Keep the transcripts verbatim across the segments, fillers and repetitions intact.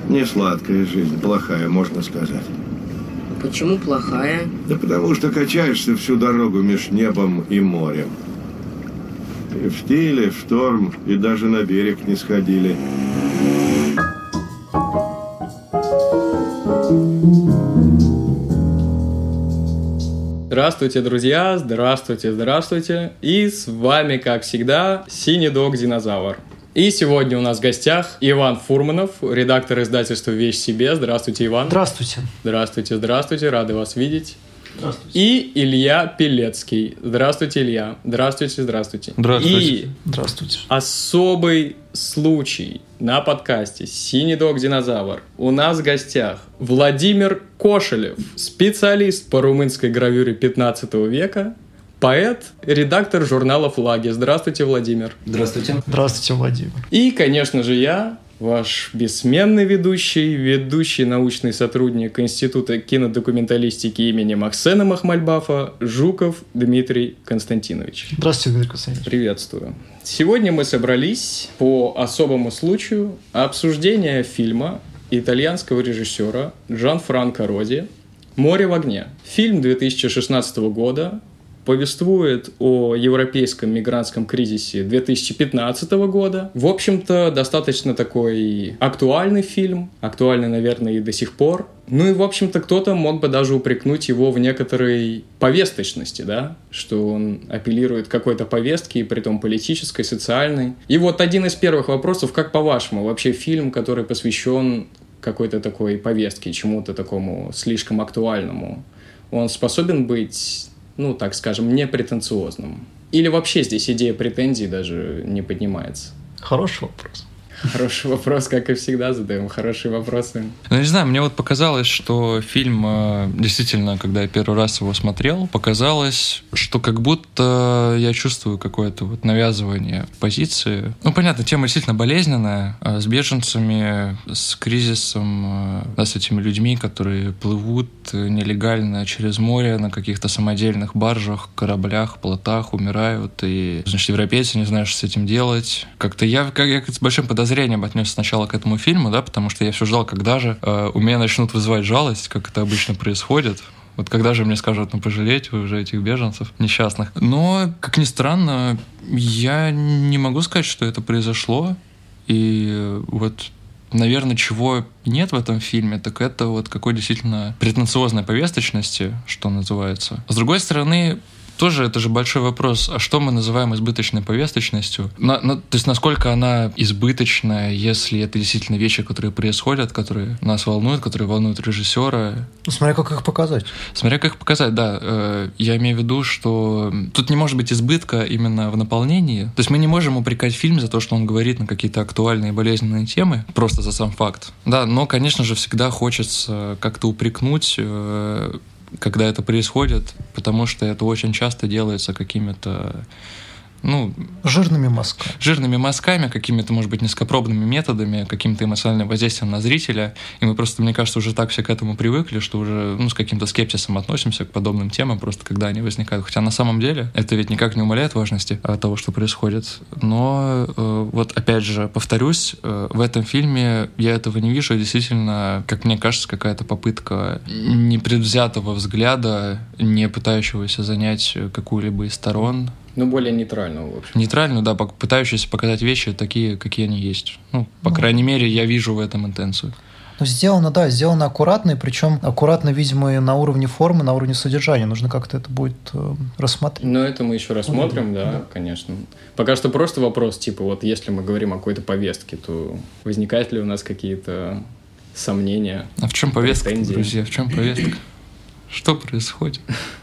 Не сладкая жизнь, плохая, можно сказать. Почему плохая? Да потому что качаешься всю дорогу меж небом и морем. И в штиле, в шторм, и даже на берег не сходили. Здравствуйте, друзья! Здравствуйте, здравствуйте! И с вами, как всегда, Синий Дог Динозавр. И сегодня у нас в гостях Иван Фурманов, редактор издательства «Вещь себе». Здравствуйте, Иван. Здравствуйте. Здравствуйте, здравствуйте, рады вас видеть. Здравствуйте. И Илья Пелецкий. Здравствуйте, Илья. Здравствуйте, здравствуйте. Здравствуйте. И Здравствуйте. особый случай на подкасте «Синий Дог Динозавр». У нас в гостях Владимир Кошелев, специалист по румынской гравюре пятнадцатого века, поэт, редактор журнала «Флаги». Здравствуйте, Владимир. Здравствуйте. Здравствуйте, Владимир. И, конечно же, я, ваш бессменный ведущий, ведущий научный сотрудник Института кинодокументалистики имени Махсена Махмальбафа, Жуков Дмитрий Константинович. Здравствуйте, Дмитрий Константинович. Приветствую. Сегодня мы собрались по особому случаю обсуждения фильма итальянского режиссера Джанфранко Роди «Море в огне». Фильм две тысячи шестнадцатого года повествует о европейском мигрантском кризисе две тысячи пятнадцатого года. В общем-то, достаточно такой актуальный фильм, актуальный, наверное, и до сих пор. Ну и, в общем-то, кто-то мог бы даже упрекнуть его в некоторой повесточности, да, что он апеллирует к какой-то повестке, и притом политической, социальной. И вот один из первых вопросов, как по-вашему, вообще фильм, который посвящен какой-то такой повестке, чему-то такому слишком актуальному, он способен быть, ну, так скажем, непретенциозным? Или вообще здесь идея претензий даже не поднимается? Хороший вопрос. Хороший вопрос, как и всегда, задаем хорошие вопросы. Ну, не знаю, мне вот показалось, что фильм, действительно, когда я первый раз его смотрел, показалось, что как будто я чувствую какое-то вот навязывание позиции. Ну, понятно, тема действительно болезненная, с беженцами, с кризисом, да, с этими людьми, которые плывут нелегально через море на каких-то самодельных баржах, кораблях, плотах, умирают, и, значит, европейцы не знают, что с этим делать. Как-то я, как, я с большим подозрением зрением отнесся сначала к этому фильму, да, потому что я все ждал, когда же э, у меня начнут вызывать жалость, как это обычно происходит. Вот когда же мне скажут, ну, пожалеть вы уже этих беженцев несчастных. Но, как ни странно, я не могу сказать, что это произошло. И вот, наверное, чего нет в этом фильме, так это вот какой действительно претенциозной повесточности, что называется. С другой стороны, тоже это же большой вопрос, а что мы называем избыточной повесточностью? На, на, то есть насколько она избыточная, если это действительно вещи, которые происходят, которые нас волнуют, которые волнуют режиссера? Ну, смотря как их показать. Смотря как их показать, да. Э, я имею в виду, что тут не может быть избытка именно в наполнении. То есть мы не можем упрекать фильм за то, что он говорит на какие-то актуальные болезненные темы, просто за сам факт. Да, но, конечно же, всегда хочется как-то упрекнуть, э, когда это происходит, потому что это очень часто делается какими-то, ну... Жирными мазками. Жирными мазками, какими-то, может быть, низкопробными методами, каким-то эмоциональным воздействием на зрителя. И мы просто, мне кажется, уже так все к этому привыкли, что уже, ну, с каким-то скепсисом относимся к подобным темам, просто когда они возникают. Хотя на самом деле это ведь никак не умаляет важности того, что происходит. Но э, вот, опять же, повторюсь, э, в этом фильме я этого не вижу. Действительно, как мне кажется, какая-то попытка непредвзятого взгляда, не пытающегося занять какую-либо из сторон. Ну, более нейтральную, в общем. Нейтральную, да, пытающуюся показать вещи такие, какие они есть. Ну, по ну, крайней мере, я вижу в этом интенцию. Ну, сделано, да, сделано аккуратно, и причем аккуратно, видимо, и на уровне формы, на уровне содержания. Нужно как-то это будет э, рассмотреть. Ну, это мы еще рассмотрим, да, да, конечно. Пока что просто вопрос, типа, вот если мы говорим о какой-то повестке, то возникают ли у нас какие-то сомнения? А в чем повестка, друзья, в чем повестка? Что происходит?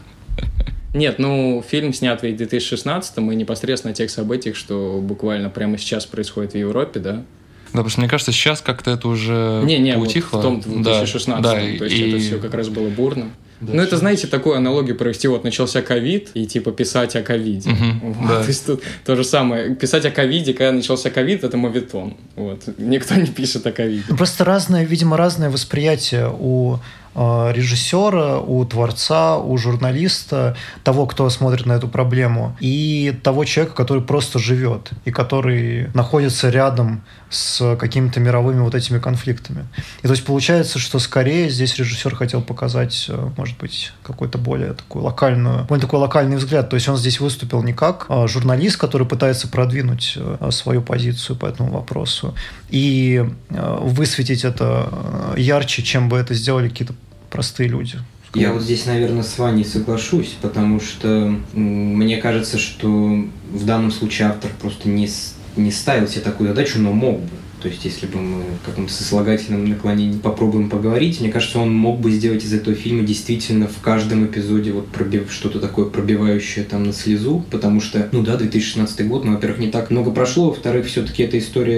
Нет, ну, фильм снят в две тысячи шестнадцатом, и непосредственно о тех событиях, что буквально прямо сейчас происходит в Европе, да? Да, потому что мне кажется, сейчас как-то это уже не, не, поутихло. Вот в том две тысячи шестнадцатом, да, да, то есть и... это все как раз было бурно. Да, ну, это, знаете, такую аналогию провести, вот начался ковид, и типа писать о ковиде. Угу, вот. Да. То есть тут то же самое. Писать о ковиде, когда начался ковид, это моветон. Вот. Никто не пишет о ковиде. Просто разное, видимо, разное восприятие у режиссера, у творца, у журналиста, того, кто смотрит на эту проблему, и того человека, который просто живет и который находится рядом с какими-то мировыми вот этими конфликтами. И то есть получается, что скорее здесь режиссер хотел показать, может быть, какой-то более такой локальную, более такой локальный взгляд. То есть он здесь выступил не как журналист, который пытается продвинуть свою позицию по этому вопросу и высветить это ярче, чем бы это сделали какие-то простые люди. Я вот здесь, наверное, с Ваней соглашусь, потому что мне кажется, что в данном случае автор просто не, не ставил себе такую задачу, но мог бы. То есть, если бы мы в каком-то сослагательном наклонении попробуем поговорить, мне кажется, он мог бы сделать из этого фильма действительно в каждом эпизоде вот пробив... что-то такое пробивающее там на слезу, потому что, ну да, две тысячи шестнадцатый год, ну, во-первых, не так много прошло, во-вторых, все-таки эта история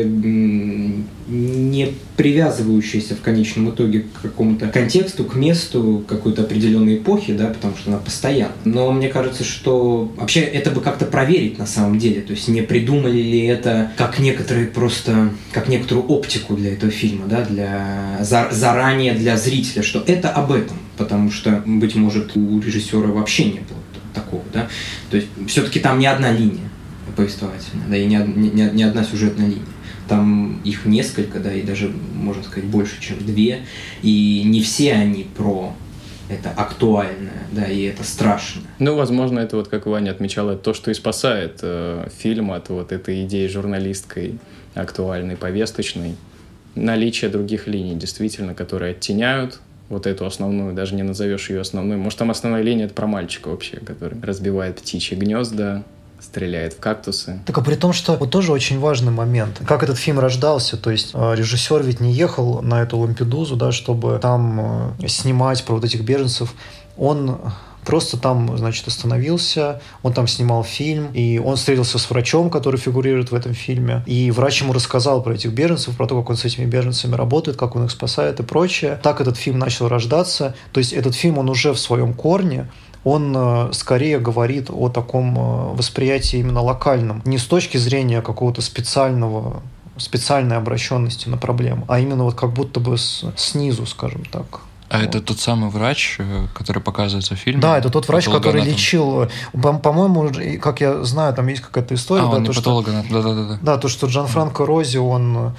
не привязывающаяся в конечном итоге к какому-то контексту, к месту какой-то определенной эпохи, да, потому что она постоянна. Но мне кажется, что вообще это бы как-то проверить на самом деле, то есть не придумали ли это как некоторые просто, как некоторую оптику для этого фильма, да, для за, заранее для зрителя, что это об этом, потому что, быть может, у режиссера вообще не было такого, да, то есть все-таки там не одна линия повествовательная, да, и не, не, не одна сюжетная линия. Там их несколько, да, и даже, можно сказать, больше, чем две, и не все они про это актуальное, да, и это страшно. Ну, возможно, это вот, как Ваня отмечал, это то, что и спасает э, фильм от вот этой идеи журналистской, актуальной, повесточной. Наличие других линий, действительно, которые оттеняют вот эту основную, даже не назовешь ее основной. Может, там основная линия — это про мальчика вообще, который разбивает птичьи гнезда, стреляет в кактусы. Так, а при том, что вот тоже очень важный момент. Как этот фильм рождался, то есть режиссер ведь не ехал на эту Лампедузу, да, чтобы там снимать про вот этих беженцев. Он просто там, значит, остановился, он там снимал фильм, и он встретился с врачом, который фигурирует в этом фильме, и врач ему рассказал про этих беженцев, про то, как он с этими беженцами работает, как он их спасает и прочее. Так этот фильм начал рождаться. То есть этот фильм, он уже в своем корне, он скорее говорит о таком восприятии именно локальном, не с точки зрения какого-то специального, специальной обращенности на проблему, а именно вот как будто бы с, снизу, скажем так. А вот. Это тот самый врач, который показывается в фильме? Да, это тот врач, который лечил. По- по-моему, как я знаю, там есть какая-то история. А, да, он то, не патологоанатом, да-да-да. Да, то, что Джанфранко Рози, он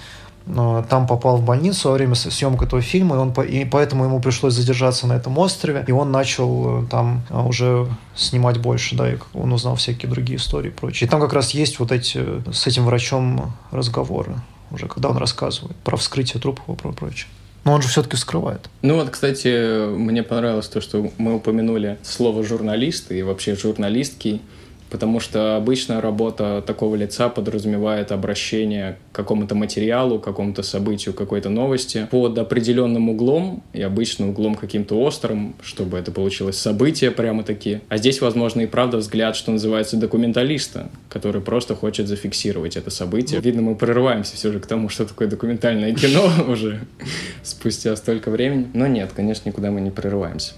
там попал в больницу во время съемок этого фильма, и, он, и поэтому ему пришлось задержаться на этом острове, и он начал там уже снимать больше, да, и он узнал всякие другие истории и прочее. И там как раз есть вот эти с этим врачом разговоры, уже когда он рассказывает про вскрытие трупов и про прочее. Но он же все-таки вскрывает. Ну вот, кстати, мне понравилось то, что мы упомянули слово «журналист» и вообще «журналистки», потому что обычно работа такого лица подразумевает обращение к какому-то материалу, к какому-то событию, какой-то новости под определенным углом, и обычно углом каким-то острым, чтобы это получилось событие прямо-таки. А здесь, возможно, и правда взгляд, что называется, документалиста, который просто хочет зафиксировать это событие. Видно, мы прорываемся все же к тому, что такое документальное кино уже спустя столько времени. Но нет, конечно, никуда мы не прерываемся.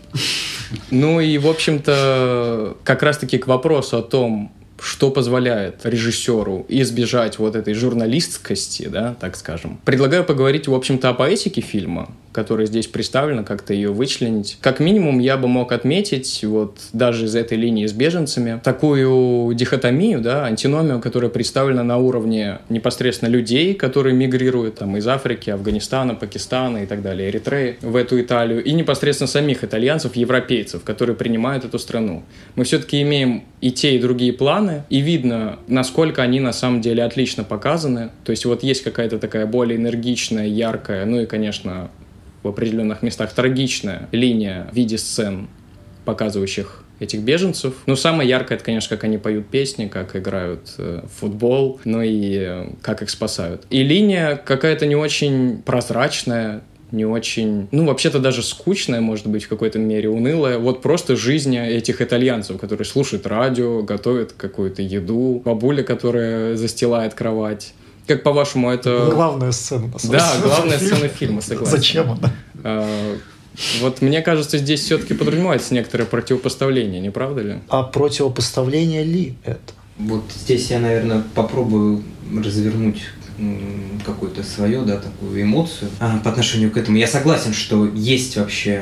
Ну и, в общем-то, как раз-таки к вопросу о том, что позволяет режиссеру избежать вот этой журналистскости, да, так скажем. Предлагаю поговорить, в общем-то, о поэтике фильма, которая здесь представлена, как-то ее вычленить. Как минимум, я бы мог отметить, вот даже из этой линии с беженцами, такую дихотомию, да, антиномию, которая представлена на уровне непосредственно людей, которые мигрируют там из Африки, Афганистана, Пакистана и так далее, Эритреи в эту Италию, и непосредственно самих итальянцев, европейцев, которые принимают эту страну. Мы все-таки имеем и те, и другие планы, и видно, насколько они на самом деле отлично показаны. То есть вот есть какая-то такая более энергичная, яркая, ну и, конечно, в определенных местах трагичная линия в виде сцен, показывающих этих беженцев. Ну, самое яркое, это, конечно, как они поют песни, как играют э, в футбол, ну и э, как их спасают. И линия какая-то не очень прозрачная, не очень, ну, вообще-то даже скучная, может быть, в какой-то мере унылая. Вот просто жизнь этих итальянцев, которые слушают радио, готовят какую-то еду, бабуля, которая застилает кровать. Как, по-вашему, это... Главная сцена, по сути. Да, главная сцена фильма, согласен. Зачем она? А, вот мне кажется, здесь все-таки подразумевается некоторое противопоставление, не правда ли? А противопоставление ли это? Вот здесь я, наверное, попробую развернуть какую-то свою, да, такую эмоцию а, по отношению к этому. Я согласен, что есть вообще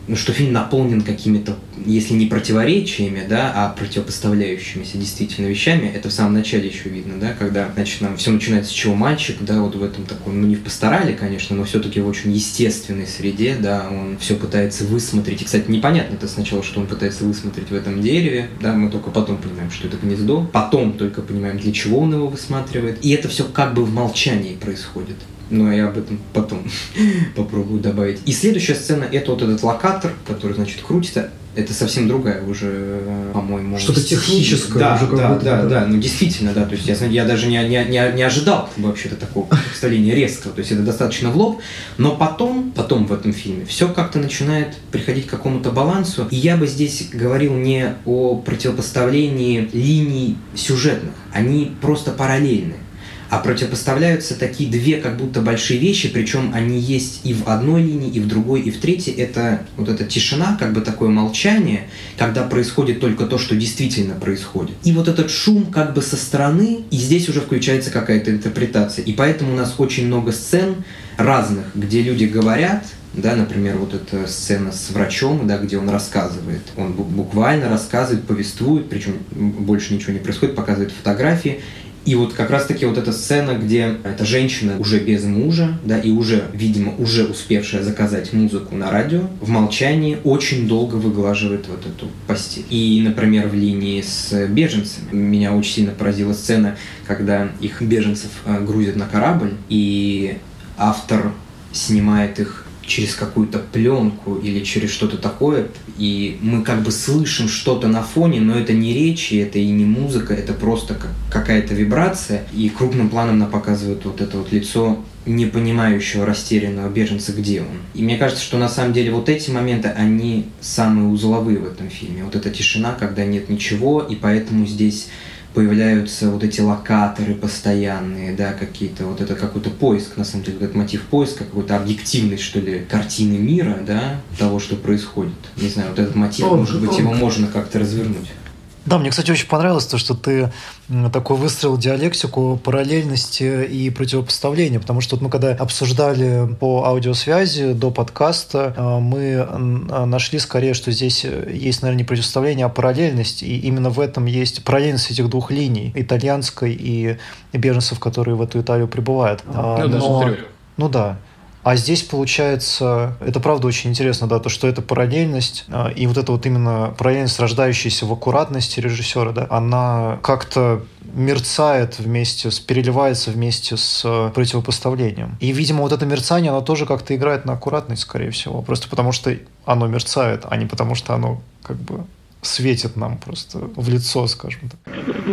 ну, что фильм наполнен какими-то, если не противоречиями, да, а противопоставляющимися действительно вещами. Это в самом начале еще видно, да, когда, значит, нам все начинается с чего мальчик, да, вот в этом таком, ну, не в пасторале, конечно, но все-таки в очень естественной среде, да, он все пытается высмотреть. И, кстати, непонятно это сначала, что он пытается высмотреть в этом дереве, да, мы только потом понимаем, что это гнездо, потом только понимаем, для чего он его высматривает. И это все как бы в молчании происходит. Но я об этом потом попробую добавить. И следующая сцена – это вот этот локатор, который, значит, крутится. Это совсем другая уже, по-моему... Что-то техническое. Да, уже да, да, да, да, ну действительно, да. То есть я, я даже не, не, не, не ожидал вообще-то такого представления резкого. То есть это достаточно в лоб. Но потом, потом в этом фильме все как-то начинает приходить к какому-то балансу. И я бы здесь говорил не о противопоставлении линий сюжетных. Они просто параллельны. А противопоставляются такие две как будто большие вещи, причем они есть и в одной линии, и в другой, и в третьей. Это вот эта тишина, как бы такое молчание, когда происходит только то, что действительно происходит. И вот этот шум как бы со стороны, и здесь уже включается какая-то интерпретация. И поэтому у нас очень много сцен разных, где люди говорят, да, например, вот эта сцена с врачом, да, где он рассказывает. Он буквально рассказывает, повествует, причем больше ничего не происходит, показывает фотографии. И вот как раз-таки вот эта сцена, где эта женщина уже без мужа, да, и уже, видимо, уже успевшая заказать музыку на радио, в молчании очень долго выглаживает вот эту постель. И, например, в линии с беженцами меня очень сильно поразила сцена, когда их беженцев грузят на корабль, и автор снимает их через какую-то пленку или через что-то такое, и мы как бы слышим что-то на фоне, но это не речи, это и не музыка, это просто как какая-то вибрация, и крупным планом нам показывают вот это вот лицо непонимающего, растерянного беженца, где он. И мне кажется, что на самом деле вот эти моменты, они самые узловые в этом фильме. Вот эта тишина, когда нет ничего, и поэтому здесь появляются вот эти локаторы постоянные, да, какие-то, вот это какой-то поиск, на самом деле, вот этот мотив поиска, какой-то объективной, что ли, картины мира, да, того, что происходит. Не знаю, вот этот мотив, он, может быть, он. его можно как-то развернуть. Да, мне, кстати, очень понравилось то, что ты такой выстроил диалектику параллельности и противопоставления, потому что вот мы когда обсуждали по аудиосвязи до подкаста, мы нашли скорее, что здесь есть, наверное, не противопоставление, а параллельность, и именно в этом есть параллельность этих двух линий, итальянской и беженцев, которые в эту Италию прибывают. Ну, Но, даже трех. Ну да. А здесь, получается, это правда очень интересно, да, то, что это параллельность, и вот эта вот именно параллельность, рождающаяся в аккуратности режиссера, да, она как-то мерцает вместе с, переливается вместе с противопоставлением. И, видимо, вот это мерцание, оно тоже как-то играет на аккуратность, скорее всего, просто потому что оно мерцает, а не потому что оно как бы светит нам просто в лицо, скажем так.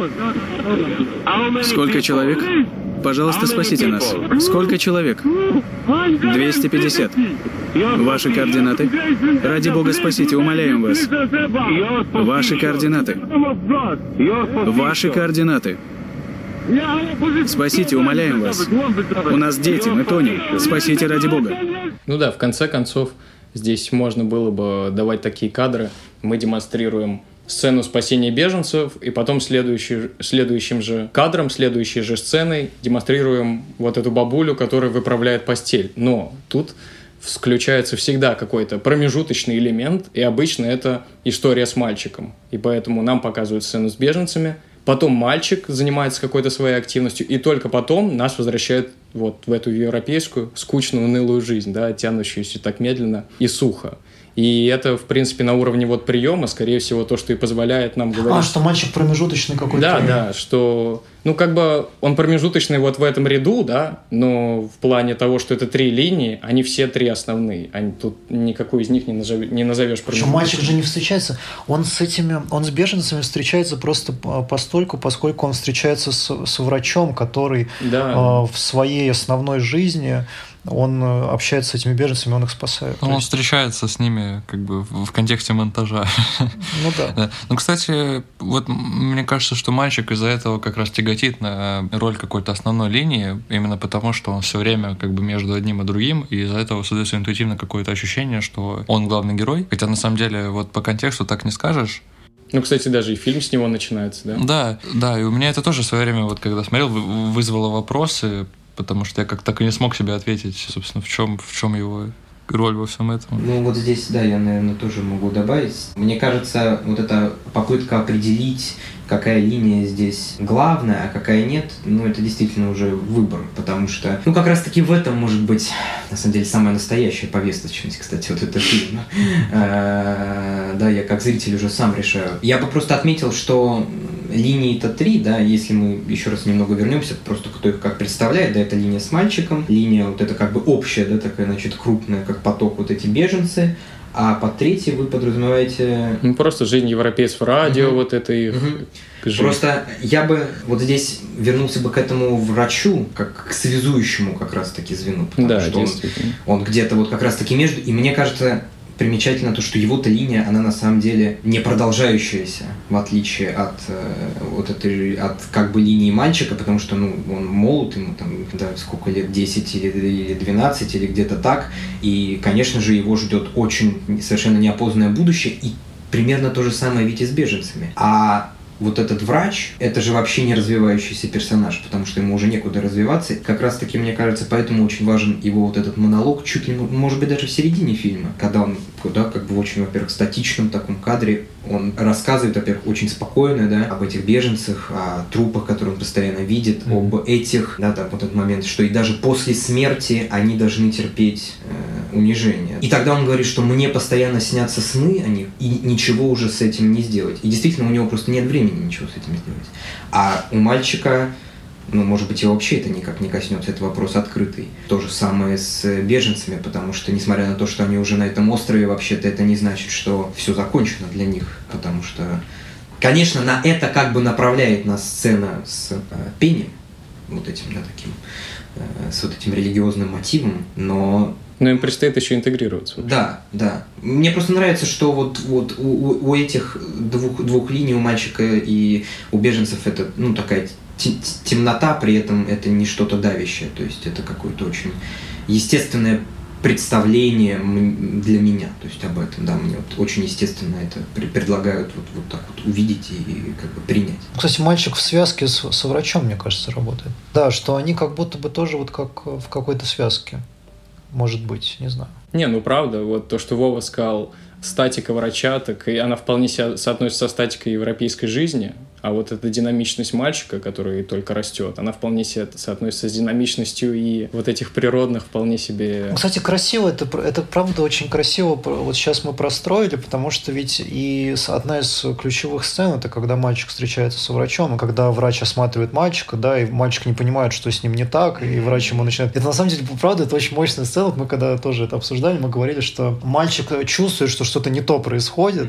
Сколько человек? Пожалуйста, спасите нас. Сколько человек? двести пятьдесят. Ваши координаты? Ради бога, спасите, умоляем вас. Ваши координаты. Ваши координаты. Спасите, умоляем вас. У нас дети, мы тонем. Спасите ради бога. Ну да, в конце концов, здесь можно было бы давать такие кадры. Мы демонстрируем сцену спасения беженцев, и потом следующий, следующим же кадром, следующей же сценой демонстрируем вот эту бабулю, которая выправляет постель. Но тут включается всегда какой-то промежуточный элемент, и обычно это история с мальчиком. И поэтому нам показывают сцену с беженцами, потом мальчик занимается какой-то своей активностью, и только потом нас возвращают вот в эту европейскую скучную, унылую жизнь, да, тянущуюся так медленно и сухо. И это, в принципе, на уровне вот приема, скорее всего, то, что и позволяет нам говорить. А, что мальчик промежуточный какой-то. Да, да, что, ну, как бы он промежуточный вот в этом ряду, да, но в плане того, что это три линии, они все три основные. Они, тут никакой из них не, назов... не назовешь промежуточным. Причем мальчик же не встречается. Он с этими, он с беженцами встречается просто постольку, поскольку он встречается с, с врачом, который да. э, в своей основной жизни он общается с этими беженцами, он их спасает. Он есть... встречается с ними как бы в контексте монтажа. Ну да. да. Ну, кстати, вот мне кажется, что мальчик из-за этого как раз тяготит на роль какой-то основной линии, именно потому, что он все время как бы между одним и другим, и из-за этого создается интуитивно какое-то ощущение, что он главный герой. Хотя на самом деле вот по контексту так не скажешь. Ну, кстати, даже и фильм с него начинается, да? Да, да, и у меня это тоже в свое время, вот когда смотрел, вызвало вопросы, потому что я как-то так и не смог себе ответить, собственно, в чем, в чем его роль во всем этом. Ну вот здесь, да, я, наверное, тоже могу добавить. Мне кажется, вот эта попытка определить, какая линия здесь главная, а какая нет, ну, это действительно уже выбор, потому что, ну, как раз-таки в этом может быть, на самом деле, самая настоящая повесточность, кстати, вот этот фильм. Да, я как зритель уже сам решаю. Я бы просто отметил, что линии-то три, да, если мы еще раз немного вернемся, просто кто их как представляет, да, это линия с мальчиком, линия вот эта как бы общая, да, такая, значит, крупная, как поток, вот эти беженцы, а под третьей вы подразумеваете... Ну, просто жизнь европейцев, радио, угу. вот это их угу. жизнь. Просто я бы вот здесь вернулся бы к этому врачу, как к связующему как раз-таки звену, потому да, что он, он где-то вот как раз-таки между... И мне кажется... примечательно то, что его-то линия, она на самом деле не продолжающаяся, в отличие от э, вот этой, от как бы линии мальчика, потому что, ну, он молод, ему там, да, сколько лет, десять или, или двенадцать, или где-то так, и, конечно же, его ждет очень совершенно неопознанное будущее, и примерно то же самое ведь и с беженцами. А вот этот врач, это же вообще не развивающийся персонаж, потому что ему уже некуда развиваться. Как раз таки, мне кажется, поэтому очень важен его вот этот монолог, чуть ли, может быть, даже в середине фильма, когда он, да, как бы в очень, во-первых, статичном таком кадре, он рассказывает, во-первых, очень спокойно, да, об этих беженцах, о трупах, которые он постоянно видит, mm-hmm. об этих, да, там вот этот момент, что и даже после смерти они должны терпеть э, унижение. И тогда он говорит, что мне постоянно снятся сны о них, и ничего уже с этим не сделать. И действительно, у него просто нет времени ничего с этим сделать. А у мальчика, ну, может быть, и вообще это никак не коснется, это вопрос открытый. То же самое с беженцами, потому что, несмотря на то, что они уже на этом острове, вообще-то это не значит, что все закончено для них, потому что, конечно, на это как бы направляет нас сцена с э, пением, вот этим, да, таким, э, с вот этим религиозным мотивом, но... Но им предстоит еще интегрироваться. Да, да. Мне просто нравится, что вот, вот у, у этих двух, двух линий, у мальчика и у беженцев, это, ну, такая темнота, при этом это не что-то давящее. То есть это какое-то очень естественное представление для меня. То есть об этом, да, мне вот очень естественно это предлагают вот, вот так вот увидеть и как бы принять. Кстати, мальчик в связке с, со врачом, мне кажется, работает. Да, что они как будто бы тоже вот как в какой-то связке. Может быть, не знаю. Не, ну правда, вот то, что Вова сказал, статика врача, так и она вполне соотносится со статикой европейской жизни, а вот эта динамичность мальчика, который только растет, она вполне себе соотносится с динамичностью и вот этих природных вполне себе... Кстати, красиво, это, это правда очень красиво, вот сейчас мы простроили, потому что ведь и одна из ключевых сцен, это когда мальчик встречается со врачом, и когда врач осматривает мальчика, да, и мальчик не понимает, что с ним не так, и врач ему начинает... Это на самом деле, правда, это очень мощная сцена, мы когда тоже это обсуждали, мы говорили, что мальчик чувствует, что что-то не то происходит,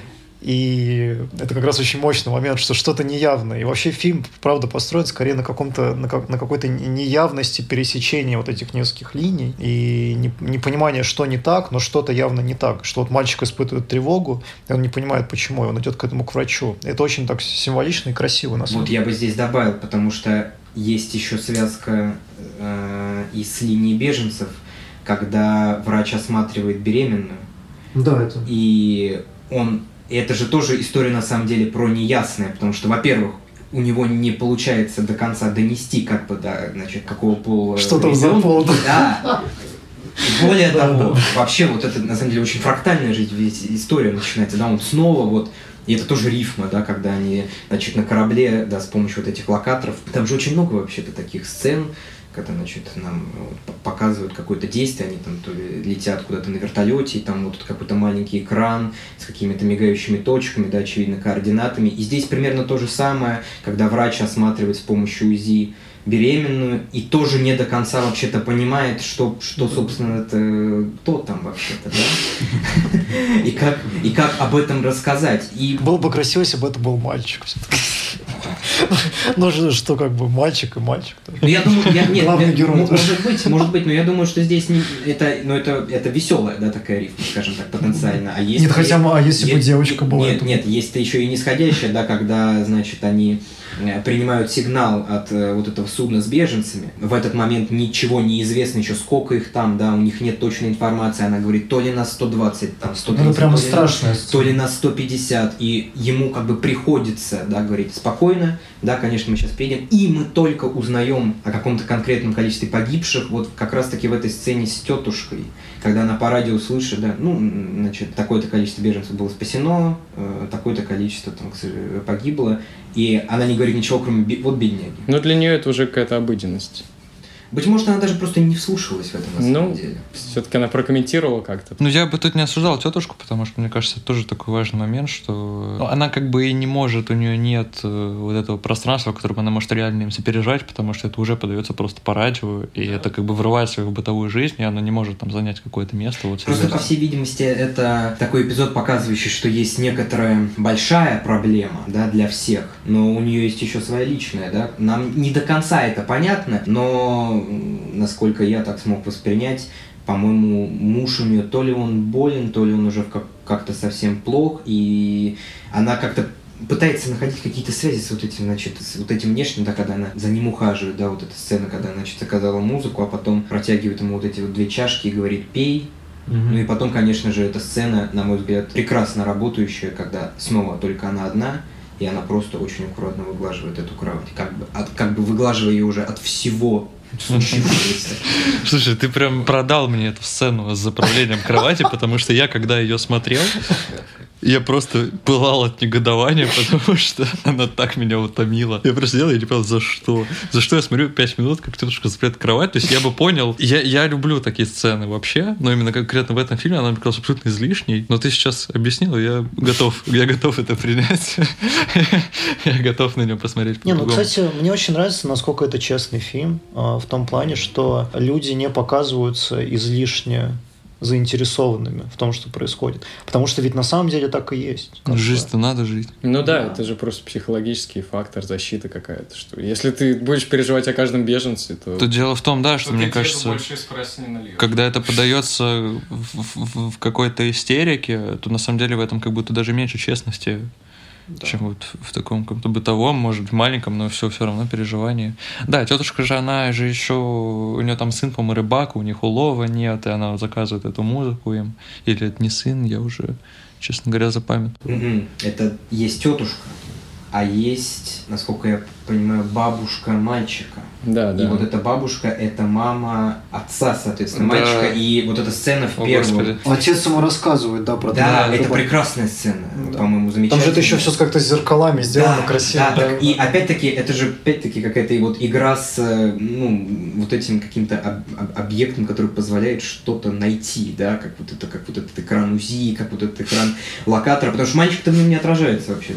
и это как раз очень мощный момент, что что-то неявное. И вообще фильм, правда, построен скорее на каком-то, на, как, на какой-то неявности пересечения вот этих нескольких линий и непонимание, что не так, но что-то явно не так. Что вот мальчик испытывает тревогу, и он не понимает, почему, и он идет к этому к врачу. Это очень так символично и красиво, на самом деле. Вот я бы здесь добавил, потому что есть еще связка э, и с линией беженцев, когда врач осматривает беременную. Да, это... И он... И это же тоже история, на самом деле, про неясное, потому что, во-первых, у него не получается до конца донести, как бы, да, значит, какого пола... Что там за пол? Да. Более того, вообще, вот это, на самом деле, очень фрактальная жизнь, ведь история начинается, да, он снова вот... И это тоже рифма, да, когда они, значит, на корабле, да, с помощью вот этих локаторов. Там же очень много вообще-то таких сцен, когда, значит, нам показывают какое-то действие, они там то ли летят куда-то на вертолете, и там вот какой-то маленький экран с какими-то мигающими точками, да, очевидно, координатами. И здесь примерно то же самое, когда врач осматривает с помощью УЗИ беременную и тоже не до конца вообще-то понимает, что, что собственно, это кто там вообще-то, да? И как, и как об этом рассказать. И... Было бы красиво, если бы это был мальчик все-таки. Ну, что как бы мальчик и мальчик. Ну, я думаю, я, нет, главный нет, герой. Может быть, может быть, но я думаю, что здесь не, это, ну, это, это веселая, да, такая рифма, скажем так, потенциально. А есть, нет, хотя бы, а если есть, бы девочка была? Нет, нет, есть еще и нисходящая, да, когда, значит, они принимают сигнал от вот этого судна с беженцами. В этот момент ничего не известно еще, сколько их там, да, у них нет точной информации. Она говорит, то ли на сто двадцать, там, сто тридцать, ну, прямо то, ли страшная на, то ли на сто пятьдесят. И ему как бы приходится, да, говорить спокойно, да, конечно, мы сейчас приедем. И мы только узнаем о каком-то конкретном количестве погибших вот как раз-таки в этой сцене с тетушкой, когда она по радио слышит, да, ну, значит, такое-то количество беженцев было спасено, э, такое-то количество там погибло, и она не говорит ничего, кроме вот бедняги. Но для нее это уже какая-то обыденность. Быть может, она даже просто не вслушивалась в это на самом ну, деле. Все-таки она прокомментировала как-то. Ну, я бы тут не осуждал тетушку, потому что, мне кажется, это тоже такой важный момент, что ну, она как бы и не может, у нее нет э, вот этого пространства, в котором она может реально им сопереживать, потому что это уже подается просто по радио, и это как бы врывается в бытовую жизнь, и она не может там занять какое-то место. Вот, просто, по всей видимости, это такой эпизод, показывающий, что есть некоторая большая проблема, да, для всех, но у нее есть еще своя личная, да. Нам не до конца это понятно, но насколько я так смог воспринять, по-моему, муж у нее, то ли он болен, то ли он уже как- как-то совсем плох, и она как-то пытается находить какие-то связи с вот этим, значит, с вот этим внешним, да, когда она за ним ухаживает, да, вот эта сцена, когда она, значит, заказала музыку, а потом протягивает ему вот эти вот две чашки и говорит «пей». Mm-hmm. Ну и потом, конечно же, эта сцена, на мой взгляд, прекрасно работающая, когда снова только она одна, и она просто очень аккуратно выглаживает эту кровать, как бы, от, как бы выглаживая ее уже от всего. Слушай, ты прям продал мне эту сцену с заправлением кровати, потому что я, когда ее смотрел, я просто пылал от негодования, потому что она так меня утомила. Я просто делал, я не понял, за что. За что я смотрю пять минут, как тетушка заправляет кровать. То есть я бы понял... Я, я люблю такие сцены вообще, но именно конкретно в этом фильме она мне казалась абсолютно излишней. Но ты сейчас объяснил, я готов. Я готов это принять. Я готов на него посмотреть. Не, ну, кстати, мне очень нравится, насколько это честный фильм. В том плане, что люди не показываются излишне заинтересованными в том, что происходит. Потому что ведь на самом деле так и есть. Жизнь-то надо жить. Ну да, да, это же просто психологический фактор, защита какая-то. Что если ты будешь переживать о каждом беженце, то... Тут дело в том, да, что, что мне кажется, когда это подается в, в, в какой-то истерике, то на самом деле в этом как будто даже меньше честности. Да. Чем вот в таком каком-то бытовом, может быть, маленьком, но все все равно переживание. Да, тетушка же, она же еще, у нее там сын, по-моему, рыбак, у них улова нет, и она заказывает эту музыку им. Или это не сын, я уже, честно говоря, запамятовал. Mm-hmm. Это есть тетушка, а есть, насколько я понимаю, бабушка мальчика. Да, да. И вот эта бабушка, это мама отца, соответственно, да. мальчика. И вот эта сцена в О, первом... Господи. Отец ему рассказывает, да, про Да, это рыбак. Прекрасная сцена, да. По-моему, замечательная. Там же это еще все как-то с зеркалами сделано, да, красиво. Да, да. И опять-таки, это же опять-таки какая-то вот игра с, ну, вот этим каким-то об- объектом, который позволяет что-то найти, да, как вот это, как вот этот экран УЗИ, как вот этот экран локатора, потому что мальчик-то в нем не отражается вообще-то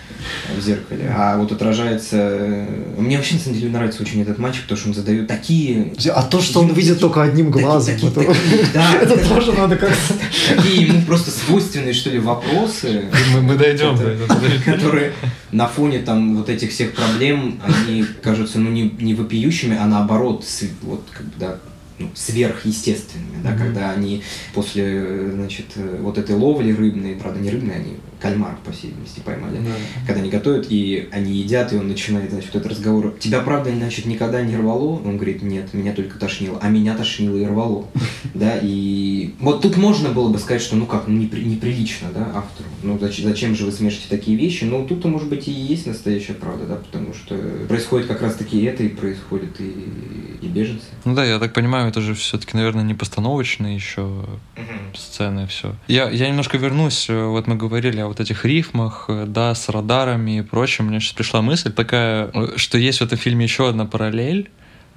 в зеркале, а вот отражается... Мне вообще, на самом деле, нравится очень этот мальчик, потому что он задает такие... А то, что он видит только одним глазом, такие, это... Такие, да, это тоже надо как-то... Такие ему просто свойственные, что ли, вопросы, мы, мы дойдем, которые на фоне там вот этих всех проблем, они кажутся, ну, не, не вопиющими, а наоборот, вот, как бы, да, ну, сверхъестественными, да, mm-hmm. когда они после, значит, вот этой ловли рыбной, правда, не рыбной, они кальмаров, по всей видимости, поймали, mm-hmm. когда они готовят, и они едят, и он начинает, значит, этот разговор. Тебя, правда, значит, никогда не рвало? Он говорит, нет, меня только тошнило, а меня тошнило и рвало, да, и вот тут можно было бы сказать, что, ну как, ну, непри- неприлично, да, автору, ну, зачем, зачем же вы смешите такие вещи, но тут-то, может быть, и есть настоящая правда, да, потому что происходит как раз-таки это, и происходит и, и беженцы. Ну да, я так понимаю, это же все-таки, наверное, не постановочные еще uh-huh. сцены, все. Я, я немножко вернусь, вот мы говорили о вот этих рифмах, да, с радарами и прочим. Мне сейчас пришла мысль такая, что есть в этом фильме еще одна параллель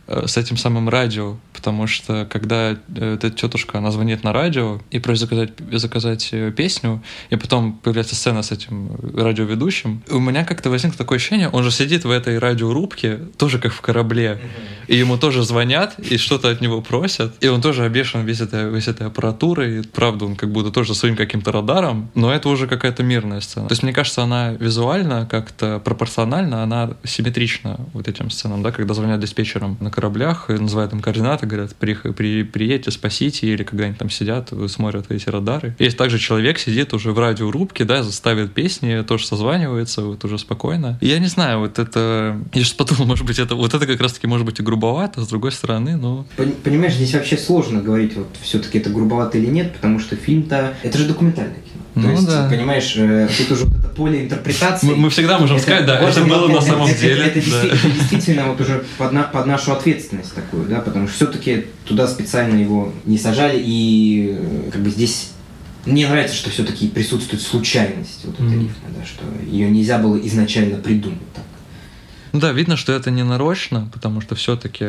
с этим самым радио, потому что когда эта тетушка, она звонит на радио и просит заказать, заказать песню, и потом появляется сцена с этим радиоведущим, у меня как-то возникло такое ощущение, он же сидит в этой радиорубке, тоже как в корабле, и ему тоже звонят, и что-то от него просят, и он тоже обвешан весь этой, весь этой аппаратурой, правда, он как будто тоже своим каким-то радаром, но это уже какая-то мирная сцена. То есть, мне кажется, она визуально, как-то пропорционально, она симметрична вот этим сценам, да, когда звонят диспетчерам на кораблях, называют им координаты, говорят, при, при, приедьте, спасите, или когда они там сидят, смотрят эти радары. Есть также человек сидит уже в радиорубке, да, ставит песни, тоже созванивается, вот уже спокойно. И я не знаю, вот это... Я сейчас подумал, может быть, это вот это как раз-таки может быть и грубовато, с другой стороны, но... Понимаешь, здесь вообще сложно говорить, вот все-таки это грубовато или нет, потому что фильм-то... Это же документальное кино. То ну, есть, да. понимаешь, тут уже вот это поле интерпретации. Мы, мы всегда можем это, сказать, да, это было на самом это, деле. Это, это, да. это действительно вот уже под, на, под нашу ответственность такую, да, потому что все-таки туда специально его не сажали, и как бы здесь мне нравится, что все-таки присутствует случайность вот этой mm-hmm. рифмы, да, что ее нельзя было изначально придумать так. Ну да, видно, что это не нарочно, потому что все-таки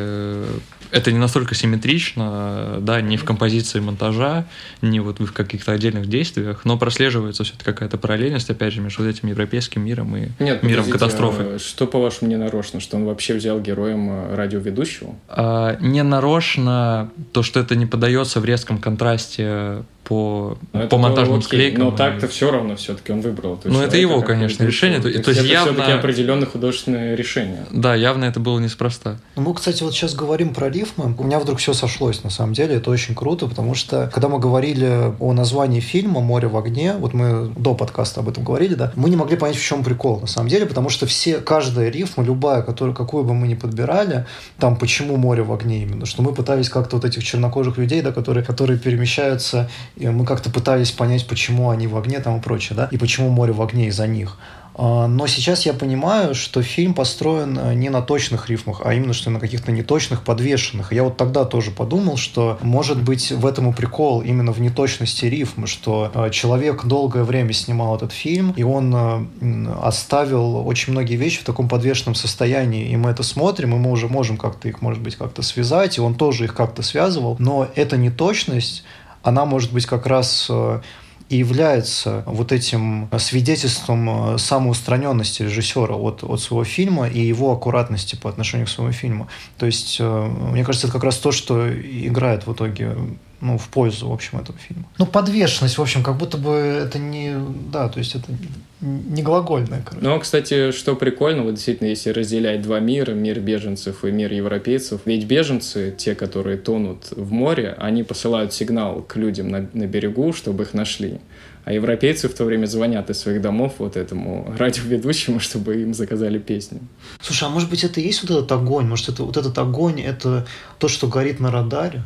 это не настолько симметрично, да, ни в композиции монтажа, ни вот в каких-то отдельных действиях, но прослеживается все-таки какая-то параллельность, опять же, между этим европейским миром и Нет, миром катастрофы. Что, по-вашему, не нарочно? Что он вообще взял героем радиоведущего? А, не нарочно то, что это не подается в резком контрасте по, по монтажным склейкам. Но так-то все равно все-таки он выбрал. Ну, это его, конечно, решение. То, то есть это явно... все-таки определенное художественное решение. Да, явно это было неспроста. Мы, кстати, вот сейчас говорим про рифмы. У меня вдруг все сошлось, на самом деле. Это очень круто, потому что, когда мы говорили о названии фильма «Море в огне», вот мы до подкаста об этом говорили, да, мы не могли понять, в чем прикол, на самом деле, потому что все, каждая рифма, любая, которую, какую бы мы ни подбирали, там, почему «Море в огне» именно, что мы пытались как-то вот этих чернокожих людей, да, которые, которые перемещаются, и мы как-то пытались понять, почему они в огне там и прочее, да, и почему море в огне из-за них. Но сейчас я понимаю, что фильм построен не на точных рифмах, а именно что на каких-то неточных, подвешенных. Я вот тогда тоже подумал, что может быть в этом и прикол, именно в неточности рифмы, что человек долгое время снимал этот фильм, и он оставил очень многие вещи в таком подвешенном состоянии, и мы это смотрим, и мы уже можем как-то их, может быть, как-то связать, и он тоже их как-то связывал, но эта неточность, она может быть как раз и является вот этим свидетельством самоустраненности режиссера от, от своего фильма и его аккуратности по отношению к своему фильму. То есть, мне кажется, это как раз то, что играет в итоге, ну, в пользу, в общем, этого фильма. Ну, подвешенность, в общем, как будто бы это не... Да, то есть это не глагольное, короче. Ну, кстати, что прикольно, вот действительно, если разделять два мира, мир беженцев и мир европейцев, ведь беженцы, те, которые тонут в море, они посылают сигнал к людям на, на берегу, чтобы их нашли. А европейцы в то время звонят из своих домов вот этому радиоведущему, чтобы им заказали песню. Слушай, а может быть, это и есть вот этот огонь? Может, это, вот этот огонь – это то, что горит на радаре?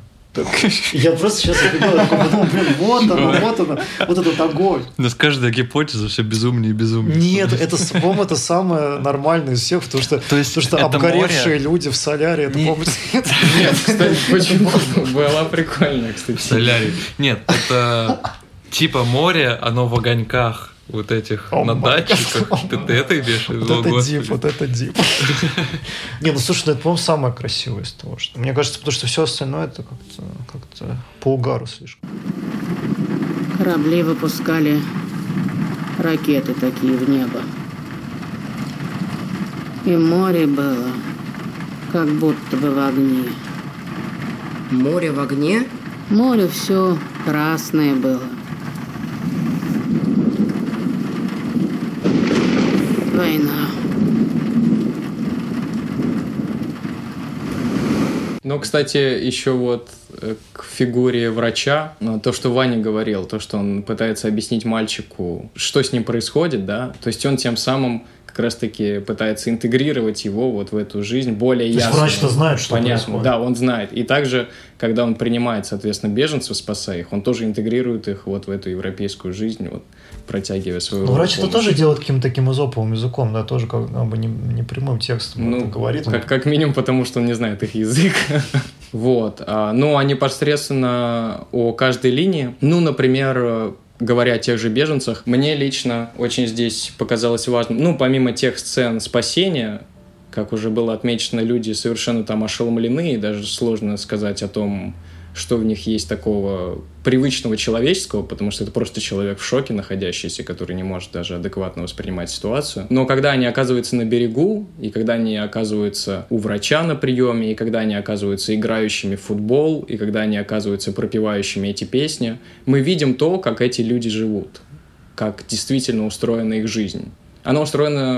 Я просто сейчас подумал, блин, вот оно, вот оно, вот этот огонь. У нас каждая гипотеза все безумнее и безумнее. Нет, это, по-моему, это самое нормальное из всех, потому что, то есть, потому что обгоревшие море... люди в солярии, это, по-моему, нет. Нет, кстати, почему? Была прикольная, кстати. В солярии. Нет, это типа море, оно в огоньках. Вот этих oh на датчиках. Oh ты, ты это имеешь в виду? Вот это дип, вот это дип. Не, ну слушай, ну это, по-моему, самое красивое из того, что... Мне кажется, потому что все остальное это как-то, как-то по угару слишком. Корабли выпускали ракеты такие в небо. И море было, как будто бы в огне. Море в огне? Море все красное было. Война. Ну, кстати, еще вот к фигуре врача, то, что Ваня говорил, то, что он пытается объяснить мальчику, что с ним происходит, да, то есть он тем самым как раз-таки пытается интегрировать его вот в эту жизнь более ясно. То есть врач-то знает, что понятно. происходит. Да, он знает. И также, когда он принимает, соответственно, беженцев, спасая их, он тоже интегрирует их вот в эту европейскую жизнь, вот, протягивая свою Но врач помощь. это тоже делает каким-то таким эзоповым языком, да, тоже как бы не, не прямым текстом ну, это говорит. Как, как минимум потому, что он не знает их язык. Вот. Ну, а непосредственно о каждой линии, ну, например, говоря о тех же беженцах, мне лично очень здесь показалось важным, ну, помимо тех сцен спасения, как уже было отмечено, люди совершенно там ошеломлены, и даже сложно сказать о том, что в них есть такого привычного человеческого, потому что это просто человек в шоке находящийся, который не может даже адекватно воспринимать ситуацию. Но когда они оказываются на берегу, и когда они оказываются у врача на приеме, и когда они оказываются играющими в футбол, и когда они оказываются пропевающими эти песни, мы видим то, как эти люди живут, как действительно устроена их жизнь. Она устроена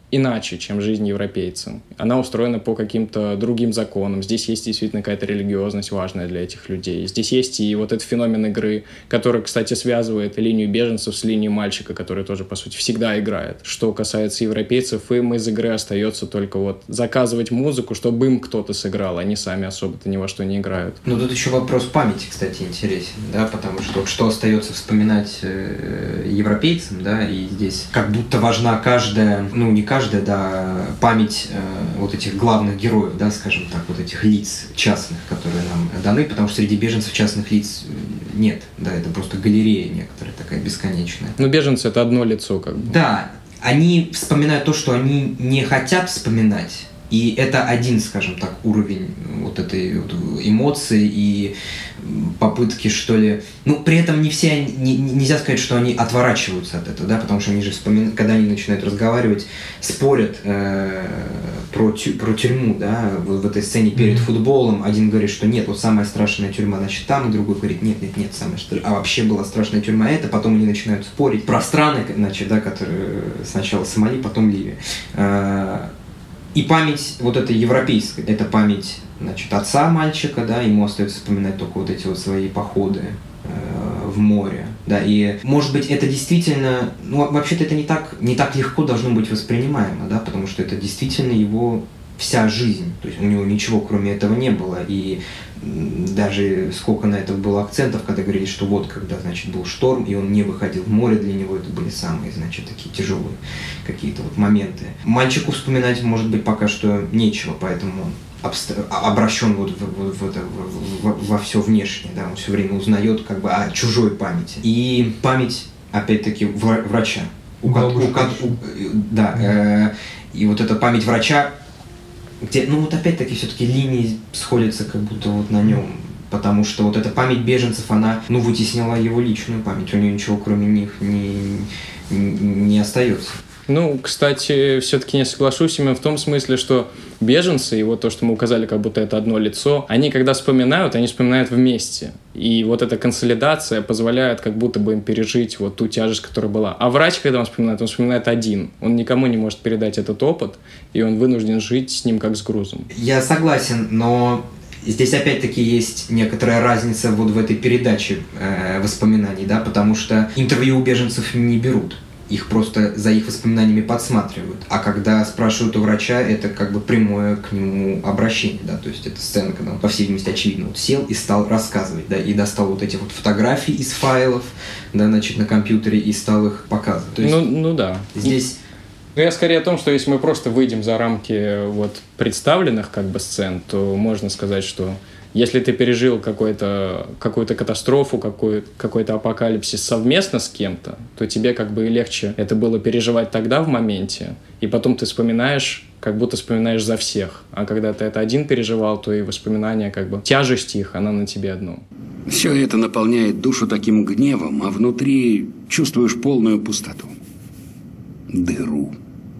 иначе, чем жизнь европейцам. Она устроена по каким-то другим законам. Здесь есть действительно какая-то религиозность важная для этих людей. Здесь есть и вот этот феномен игры, который, кстати, связывает линию беженцев с линией мальчика, который тоже, по сути, всегда играет. Что касается европейцев, им из игры остается только вот заказывать музыку, чтобы им кто-то сыграл. Они сами особо-то ни во что не играют. Ну, тут еще вопрос памяти, кстати, интересен, да, потому что что остается вспоминать э, европейцам, да, и здесь как будто важна каждая, ну, не каждая, каждая, да, память э, вот этих главных героев, да, скажем так, вот этих лиц частных, которые нам даны, потому что среди беженцев частных лиц нет, да, это просто галерея некоторая такая бесконечная. Ну, беженцы — это одно лицо, как бы. Да, они вспоминают то, что они не хотят вспоминать, и это один, скажем так, уровень вот этой вот эмоции и попытки, что ли. Ну, при этом не все, не, нельзя сказать, что они отворачиваются от этого, да, потому что они же вспоминают, когда они начинают разговаривать, спорят э, про, тю, про тюрьму, да, вот в этой сцене перед футболом. Один говорит, что нет, вот самая страшная тюрьма, значит, там, и другой говорит, нет, нет, нет, самая страшная, а вообще была страшная тюрьма это, потом они начинают спорить про страны, значит, да, которые сначала Сомали, потом Ливия. Э, И память вот этой европейская, это память, значит, отца мальчика, да, ему остается вспоминать только вот эти вот свои походы э, в море, да, и, может быть, это действительно, ну, вообще-то это не так, не так легко должно быть воспринимаемо, да, потому что это действительно его вся жизнь, то есть у него ничего кроме этого не было, и даже сколько на это было акцентов, когда говорили, что вот, когда, значит, был шторм, и он не выходил в море, для него это были самые, значит, такие тяжелые какие-то вот моменты. Мальчику вспоминать, может быть, пока что нечего, поэтому он обст- обращен вот в, в, в, в, в, во все внешнее, да, он все время узнает как бы о чужой памяти. И память, опять-таки, врача. У, у, у, у, да, э, и вот эта память врача, где, ну вот опять-таки все-таки линии сходятся как будто вот на нем, потому что вот эта память беженцев, она, ну, вытеснила его личную память, у него ничего кроме них не, не, не остается. Ну, кстати, все-таки не соглашусь именно в том смысле, что беженцы, и вот то, что мы указали, как будто это одно лицо, они, когда вспоминают, они вспоминают вместе. И вот эта консолидация позволяет как будто бы им пережить вот ту тяжесть, которая была. А врач, когда он вспоминает, он вспоминает один. Он никому не может передать этот опыт, и он вынужден жить с ним как с грузом. Я согласен, но здесь опять-таки есть некоторая разница вот в этой передаче э, воспоминаний, да, потому что интервью у беженцев не берут. Их просто за их воспоминаниями подсматривают. А когда спрашивают у врача, это как бы прямое к нему обращение, да, то есть это сцена, когда он, по всей видимости, очевидно, вот сел и стал рассказывать, да, и достал вот эти вот фотографии из файлов, да, значит, на компьютере и стал их показывать. То есть ну, ну да. Здесь... Я скорее о том, что если мы просто выйдем за рамки вот представленных как бы сцен, то можно сказать, что если ты пережил какой-то, какую-то катастрофу, какой, какой-то апокалипсис совместно с кем-то, то тебе как бы легче это было переживать тогда в моменте, и потом ты вспоминаешь, как будто вспоминаешь за всех. А когда ты это один переживал, то и воспоминания, как бы, тяжесть их, она на тебе одну. Все это наполняет душу таким гневом, а внутри чувствуешь полную пустоту. Дыру.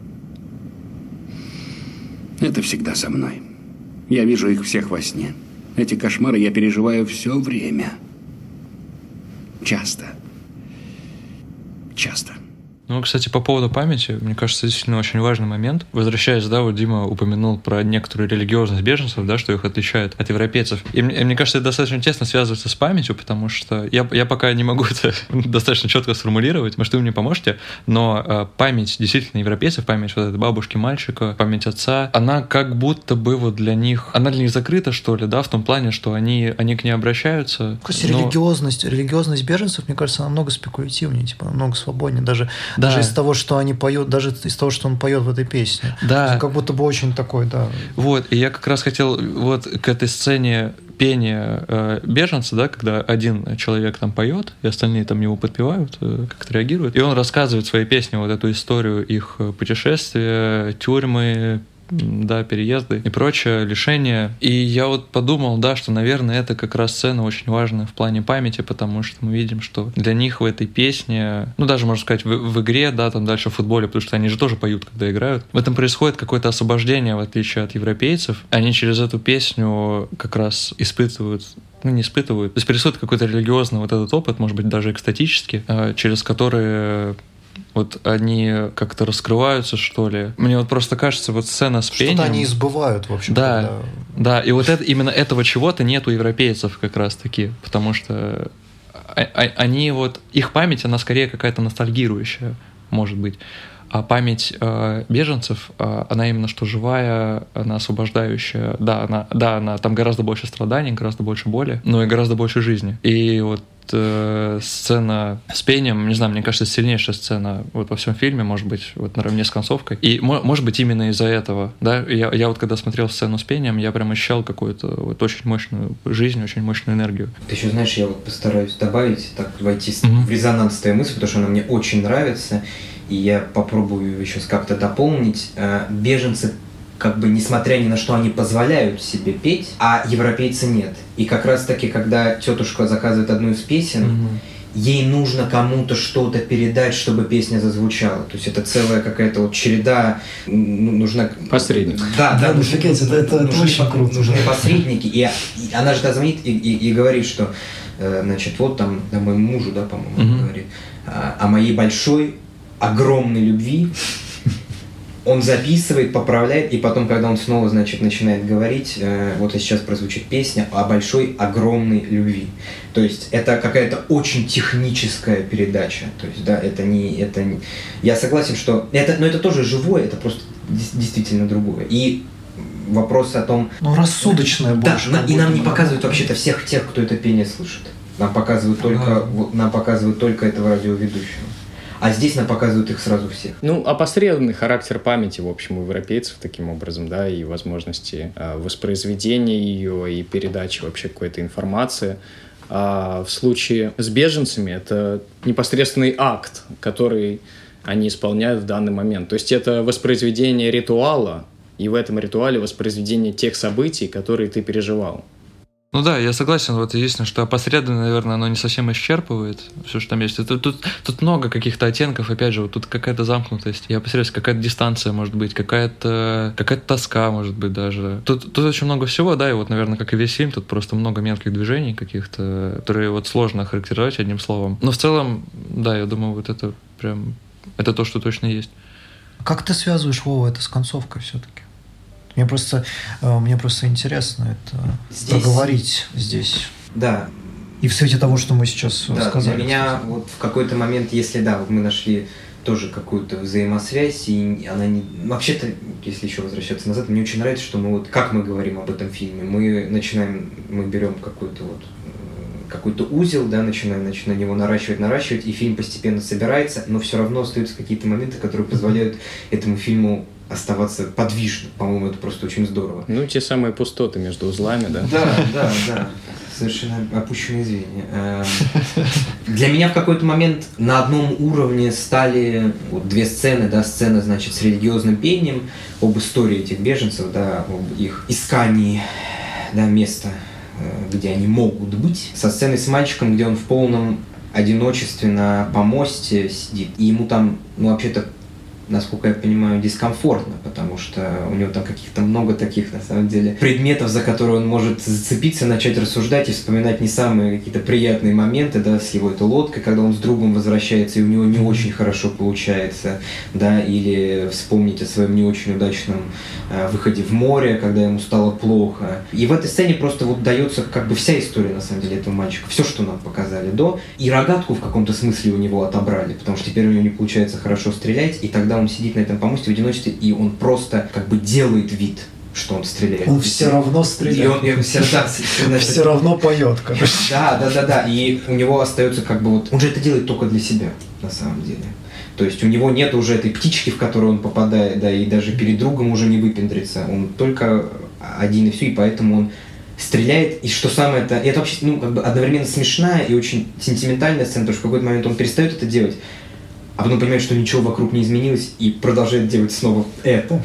Это всегда со мной. Я вижу их всех во сне. Эти кошмары я переживаю все время. Часто. Часто. Ну, кстати, по поводу памяти, мне кажется, действительно очень важный момент. Возвращаясь, да, вот Дима упомянул про некоторую религиозность беженцев, да, что их отличает от европейцев. И мне, мне кажется, это достаточно тесно связывается с памятью, потому что я, я пока не могу это достаточно четко сформулировать, может, вы мне поможете, но э, память действительно европейцев, память вот этой бабушки, мальчика, память отца, она как будто бы вот для них, она для них закрыта, что ли, да, в том плане, что они, они к ней обращаются. То есть но... религиозность, религиозность беженцев, мне кажется, намного спекулятивнее, типа, намного свободнее, даже Да. Даже из того, что они поют, даже из того, что он поет в этой песне. Да. Как будто бы очень такой, да. Вот, и я как раз хотел вот к этой сцене пения э, беженца, да, когда один человек там поет, и остальные там его подпевают, э, как-то реагируют. И он рассказывает в своей песне вот эту историю их путешествия, тюрьмы, да, переезды и прочее, лишения. И я вот подумал, да, что, наверное, это как раз сцена очень важная в плане памяти, потому что мы видим, что для них в этой песне, ну, даже, можно сказать, в, в игре, да, там дальше в футболе, потому что они же тоже поют, когда играют, в этом происходит какое-то освобождение, в отличие от европейцев. Они через эту песню как раз испытывают ну, не испытывают. То есть происходит какой-то религиозный вот этот опыт, может быть, даже экстатический, через который Вот они как-то раскрываются, что ли. Мне вот просто кажется, вот сцена с пением... Что-то они избывают, в общем. Да, когда... да, и вот это, именно этого чего-то нет у европейцев как раз-таки, потому что они вот... Их память, она скорее какая-то ностальгирующая, может быть. А память э, беженцев, э, она именно что живая, она освобождающая. Да, она, да, она там гораздо больше страданий, гораздо больше боли, но и гораздо больше жизни. И вот э, сцена с пением, не знаю, мне кажется, сильнейшая сцена вот во всем фильме, может быть, вот наравне с концовкой. И мо- может быть именно из-за этого, да, я, я вот когда смотрел сцену с пением, я прям ощущал какую-то вот очень мощную жизнь, очень мощную энергию. Ты еще знаешь, я вот постараюсь добавить, так войти mm-hmm. в резонанс с твоей мыслью, потому что она мне очень нравится. И я попробую еще как-то дополнить. Беженцы, как бы, несмотря ни на что, они позволяют себе петь, а европейцы нет. И как раз-таки, когда тетушка заказывает одну из песен, mm-hmm. ей нужно кому-то что-то передать, чтобы песня зазвучала. То есть это целая какая-то вот череда, нужна... Посредник. Да, да. да офигеть, это, это, это очень по- круто. Нужны посредники. И, и она же звонит и, и, и говорит, что, значит, вот там, да, моему мужу, да, по-моему, mm-hmm. говорит, о моей большой огромной любви, он записывает, поправляет, и потом, когда он снова, значит, начинает говорить, э, вот и сейчас прозвучит песня о большой, огромной любви. То есть это какая-то очень техническая передача. То есть, да, это не... Это не... Я согласен, что... Это, но это тоже живое, это просто действительно другое. И вопрос о том... Ну, рассудочное больше. Да, и нам не показывают вообще-то всех тех, кто это пение слышит. Нам показывают только, вот, нам показывают только этого радиоведущего. А здесь нам показывают их сразу всех. Ну, опосредованный характер памяти, в общем, у европейцев таким образом, да, и возможности э, воспроизведения ее и передачи вообще какой-то информации. А в случае с беженцами это непосредственный акт, который они исполняют в данный момент. То есть это воспроизведение ритуала, и в этом ритуале воспроизведение тех событий, которые ты переживал. Ну да, я согласен, вот единственное, что опосредованно, наверное, оно не совсем исчерпывает все, что там есть. Это, тут, тут много каких-то оттенков, опять же, вот тут какая-то замкнутость, я опосредованно, какая-то дистанция, может быть, какая-то, какая-то тоска, может быть, даже. Тут, тут очень много всего, да, и вот, наверное, как и весь фильм, тут просто много мелких движений каких-то, которые вот сложно охарактеризовать одним словом. Но в целом, да, я думаю, вот это прям, это то, что точно есть. Как ты связываешь, Вова, это с концовкой все-таки? Мне просто, мне просто интересно это здесь... проговорить здесь. Да. И в свете того, что мы сейчас да, сказали. Для меня вот в какой-то момент, если да, вот мы нашли тоже какую-то взаимосвязь, и она не... Вообще-то, если еще возвращаться назад, мне очень нравится, что мы вот, как мы говорим об этом фильме, мы начинаем, мы берем какой-то вот какой-то узел, да, начинаем, значит, на него наращивать, наращивать, и фильм постепенно собирается, но все равно остаются какие-то моменты, которые позволяют этому фильму оставаться подвижным. По-моему, это просто очень здорово. Ну, те самые пустоты между узлами, да? Да, да, да. Совершенно опущенные звенья. Для меня в какой-то момент на одном уровне стали вот две сцены, да, сцена, значит, с религиозным пением, об истории этих беженцев, да, об их искании, да, места, где они могут быть, со сценой с мальчиком, где он в полном одиночестве на помосте сидит, и ему там, ну, вообще-то, насколько я понимаю, дискомфортно, потому что у него там каких-то много таких, на самом деле, предметов, за которые он может зацепиться, начать рассуждать и вспоминать не самые какие-то приятные моменты, да, с его этой лодкой, когда он с другом возвращается, и у него не очень хорошо получается, да, или вспомнить о своем не очень удачном э, выходе в море, когда ему стало плохо. И в этой сцене просто вот дается как бы вся история, на самом деле, этого мальчика, все, что нам показали до, и рогатку в каком-то смысле у него отобрали, потому что теперь у него не получается хорошо стрелять, и тогда он сидит на этом помосте в одиночестве, и он просто как бы делает вид, что он стреляет. Он все равно стреляет. И он, и он все, да, все равно поет, короче. Да, да, да, да. И у него остается как бы вот... Он же это делает только для себя, на самом деле. То есть у него нет уже этой птички, в которую он попадает, да, и даже перед другом уже не выпендрится. Он только один и все, и поэтому он стреляет, и что самое это... И это вообще, ну, как бы одновременно смешная и очень сентиментальная сцена, потому что в какой-то момент он перестает это делать, а потом понимает, что ничего вокруг не изменилось, и продолжает делать снова это.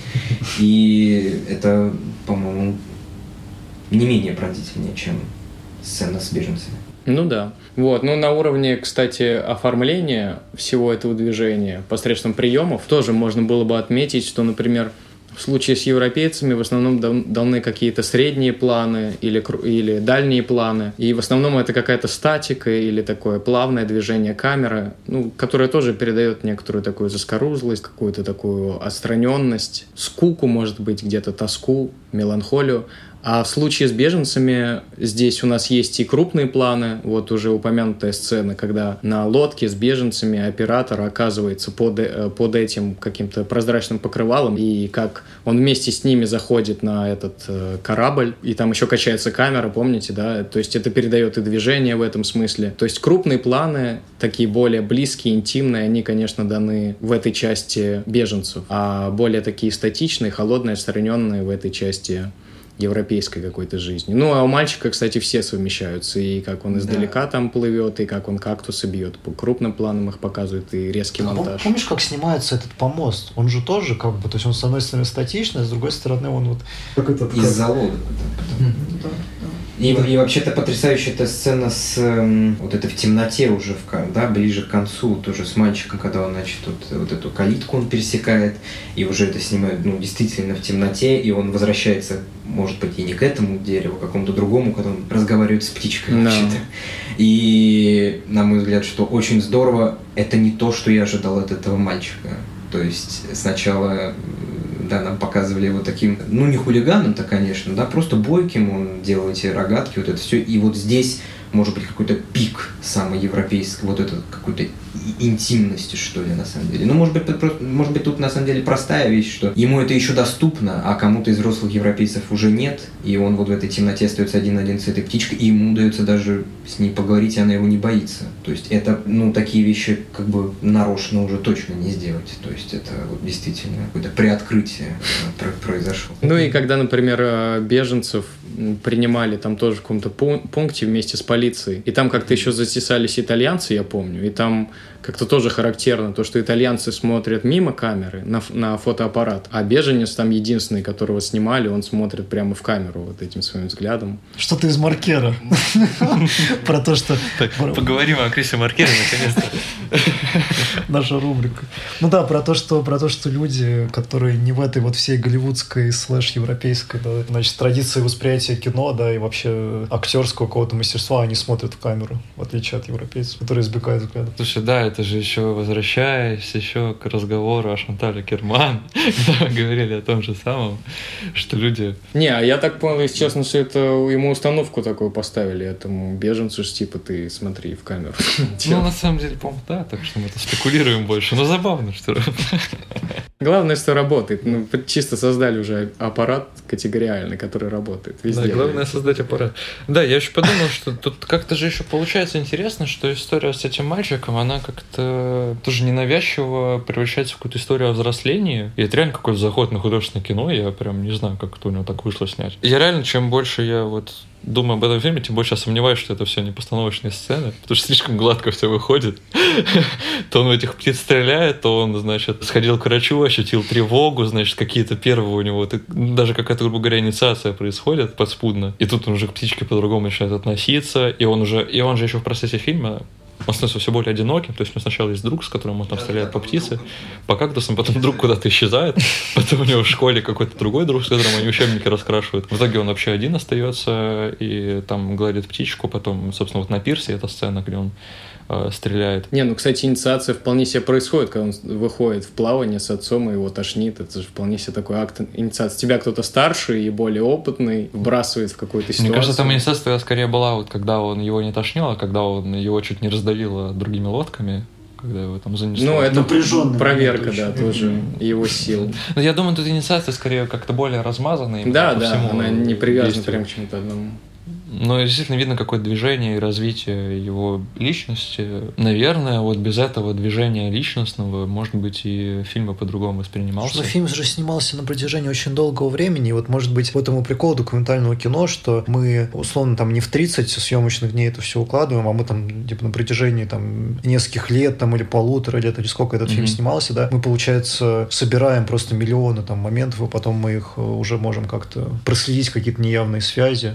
И это, по-моему, не менее пронзительнее, чем сцена с беженцами. Ну да. Вот. Ну, на уровне, кстати, оформления всего этого движения посредством приемов тоже можно было бы отметить, что, например, В случае с европейцами в основном даны какие-то средние планы или, или дальние планы. И в основном это какая-то статика или такое плавное движение камеры, ну, которое тоже передает некоторую такую заскорузлость, какую-то такую отстраненность, скуку, может быть, где-то тоску, меланхолию. А в случае с беженцами здесь у нас есть и крупные планы, вот уже упомянутая сцена, когда на лодке с беженцами оператор оказывается под, под этим каким-то прозрачным покрывалом, и как он вместе с ними заходит на этот корабль, и там еще качается камера, помните, да? То есть это передает и движение в этом смысле. То есть крупные планы, такие более близкие, интимные, они, конечно, даны в этой части беженцев, а более такие статичные, холодные, отстраненные в этой части европейской какой-то жизни. Ну, а у мальчика, кстати, все совмещаются. И как он издалека да. там плывет, и как он кактусы бьет. По крупным планам их показывают, и резкий а монтаж. Помнишь, как снимается этот помост? Он же тоже как бы, то есть он с одной стороны статичный, а с другой стороны он вот... Как этот, из-за лодок. Да. И, и вообще-то потрясающая эта сцена с э, вот это в темноте уже, в, да, ближе к концу, тоже с мальчиком, когда он, значит, вот, вот эту калитку он пересекает, и уже это снимают, ну, действительно в темноте, и он возвращается, может быть, и не к этому дереву, а к какому-то другому, когда он разговаривает с птичкой no. вообще-то. И, на мой взгляд, что очень здорово, это не то, что я ожидал от этого мальчика. То есть сначала... Да, нам показывали его таким, ну, не хулиганом-то, конечно, да, просто бойким, он делал эти рогатки, вот это все. И вот здесь, может быть, какой-то пик самой европейской, вот это какой-то интимности, что ли, на самом деле. Ну, может быть, просто, может быть, тут на самом деле простая вещь, что ему это еще доступно, а кому-то из взрослых европейцев уже нет, и он вот в этой темноте остается один-один с этой птичкой, и ему удается даже с ней поговорить, и она его не боится. То есть это, ну, такие вещи как бы нарочно уже точно не сделать. То есть это вот действительно какое-то приоткрытие произошло. Ну и когда, например, беженцев принимали там тоже в каком-то пункте вместе с полицией, и там как-то еще затесались итальянцы, я помню, и там как-то тоже характерно то, что итальянцы смотрят мимо камеры на, на фотоаппарат, а беженец там единственный, которого снимали, он смотрит прямо в камеру вот этим своим взглядом. Что-то из Маркера. Про то, что... Поговорим о Крисе Маркере наконец-то. Наша рубрика. Ну да, про то, что про то, что люди, которые не в этой вот всей голливудской слэш-европейской, да, значит, традиции восприятия кино, да, и вообще актерского какого-то мастерства, они смотрят в камеру, в отличие от европейцев, которые избегают взглядов. Слушай, да, это же еще, возвращаясь еще к разговору о Шантале Керман, когда мы говорили о том же самом, что люди... Не, а я так понял, если честно, что это ему установку такую поставили, этому беженцу, что типа ты смотри в камеру. Ну, на самом деле, по-моему, да, так что мы это спекулируем больше, но забавно, что... Главное, что работает. Ну, чисто создали уже аппарат категориальный, который работает везде. Да, главное создать аппарат. Да, я еще подумал, что тут как-то же еще получается интересно, что история с этим мальчиком, она как-то тоже ненавязчиво превращается в какую-то историю о взрослении. И это реально какой-то заход на художественное кино, я прям не знаю, как это у него так вышло снять. Я реально, чем больше я вот думаю об этом фильме, тем больше я сомневаюсь, что это все не постановочные сцены, потому что слишком гладко все выходит. То он в этих птиц стреляет, то он, значит, сходил к врачу, ощутил тревогу, значит, какие-то первые у него, даже какая-то, грубо говоря, инициация происходит подспудно, и тут он уже к птичке по-другому начинает относиться, и он уже, и он же еще в процессе фильма он становится все более одиноким, то есть у него сначала есть друг, с которым он там стреляет по птице, по кактусам, потом друг куда-то исчезает, потом у него в школе какой-то другой друг, с которым они учебники раскрашивают. В итоге он вообще один остается и там гладит птичку, потом, собственно, вот на пирсе эта сцена, где он э, стреляет. Не, ну, кстати, инициация вполне себе происходит, когда он выходит в плавание с отцом и его тошнит, это же вполне себе такой акт инициации. Тебя кто-то старший и более опытный вбрасывает в какую-то ситуацию. Мне кажется, там инициация скорее была, вот когда он его не тошнил, а когда он его чуть не раздавил другими лодками, когда его там занесло. Ну, это проверка, да, тоже его сил. Но я думаю, тут инициация скорее как-то более размазанная. Да, да, она не привязана прям к чему-то одному. Но действительно видно какое-то движение и развитие его личности. Наверное, вот без этого движения личностного, может быть, и фильм бы по-другому воспринимался. Что фильм же снимался на протяжении очень долгого времени. И вот, может быть, в этом и прикол документального кино, что мы, условно, там не в тридцать съемочных дней это все укладываем, а мы там, типа, на протяжении там нескольких лет там, или полутора лет, или сколько этот mm-hmm. фильм снимался, да, мы, получается, собираем просто миллионы там моментов, и потом мы их уже можем как-то проследить, какие-то неявные связи.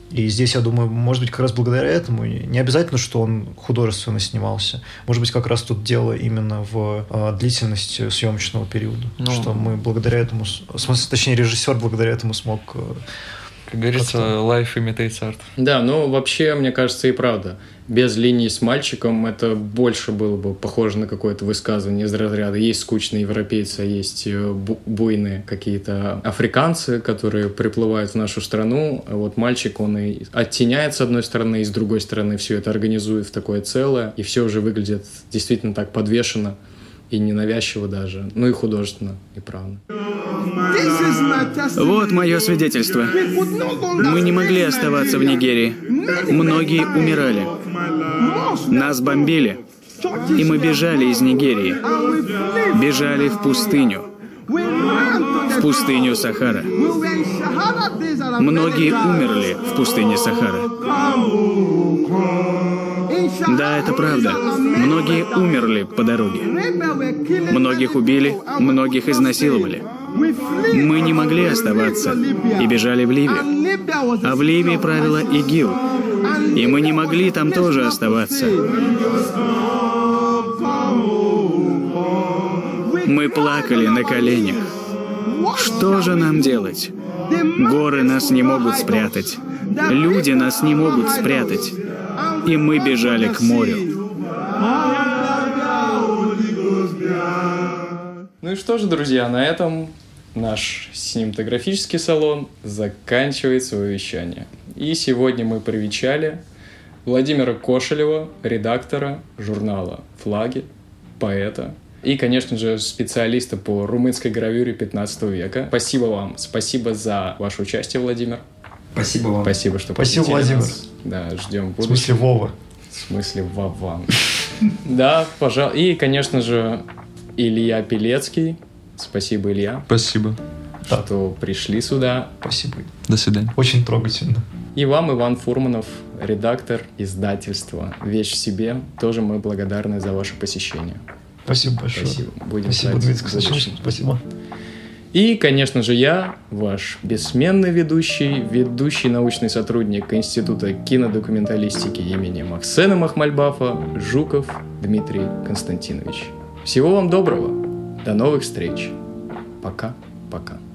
И здесь, я думаю, может быть, как раз благодаря этому, не обязательно, что он художественно снимался. Может быть, как раз тут дело именно в э, длительности съемочного периода. Ну, что мы благодаря этому, в смысле, точнее, режиссер благодаря этому смог... Э, как говорится, life imitates art. Да, ну вообще, мне кажется, и правда. Без линии с мальчиком это больше было бы похоже на какое-то высказывание из разряда есть скучные европейцы, а есть бу- буйные какие-то африканцы, которые приплывают в нашу страну. А вот мальчик, он и оттеняет с одной стороны, и с другой стороны все это организует в такое целое, и все уже выглядит действительно так подвешено и ненавязчиво даже, ну и художественно, и правда. Вот мое свидетельство. Мы не могли оставаться в Нигерии. Многие умирали. Нас бомбили. И мы бежали из Нигерии. Бежали в пустыню. В пустыню Сахара. Многие умерли в пустыне Сахара. Да, это правда. Многие умерли по дороге. Многих убили, многих изнасиловали. Мы не могли оставаться и бежали в Ливию. А в Ливии правила ИГИЛ. И мы не могли там тоже оставаться. Мы плакали на коленях. Что же нам делать? Горы нас не могут спрятать. Люди нас не могут спрятать. И мы бежали к морю. Ну и что же, друзья, на этом наш синематографический салон заканчивает свое вещание. И сегодня мы привечали Владимира Кошелева, редактора журнала «Флаги», поэта и, конечно же, специалиста по румынской гравюре пятнадцатого века. Спасибо вам, спасибо за ваше участие, Владимир. Спасибо вам. Спасибо, что Спасибо, посетили Владимир. нас. Да, ждем будущего. В смысле Вова. В смысле Вова. Да, пожалуй. И, конечно же, Илья Пелецкий. Спасибо, Илья. Спасибо. Что пришли сюда. Спасибо. До свидания. Очень трогательно. И вам, Иван Фурманов, редактор издательства «Вещь в себе». Тоже мы благодарны за ваше посещение. Спасибо большое. Спасибо. Будем Спасибо, ждать Дмитрий будущего. Константинович. Спасибо. И, конечно же, я, ваш бессменный ведущий, ведущий научный сотрудник Института кинодокументалистики имени Махсена Махмальбафа, Жуков Дмитрий Константинович. Всего вам доброго. До новых встреч. Пока-пока.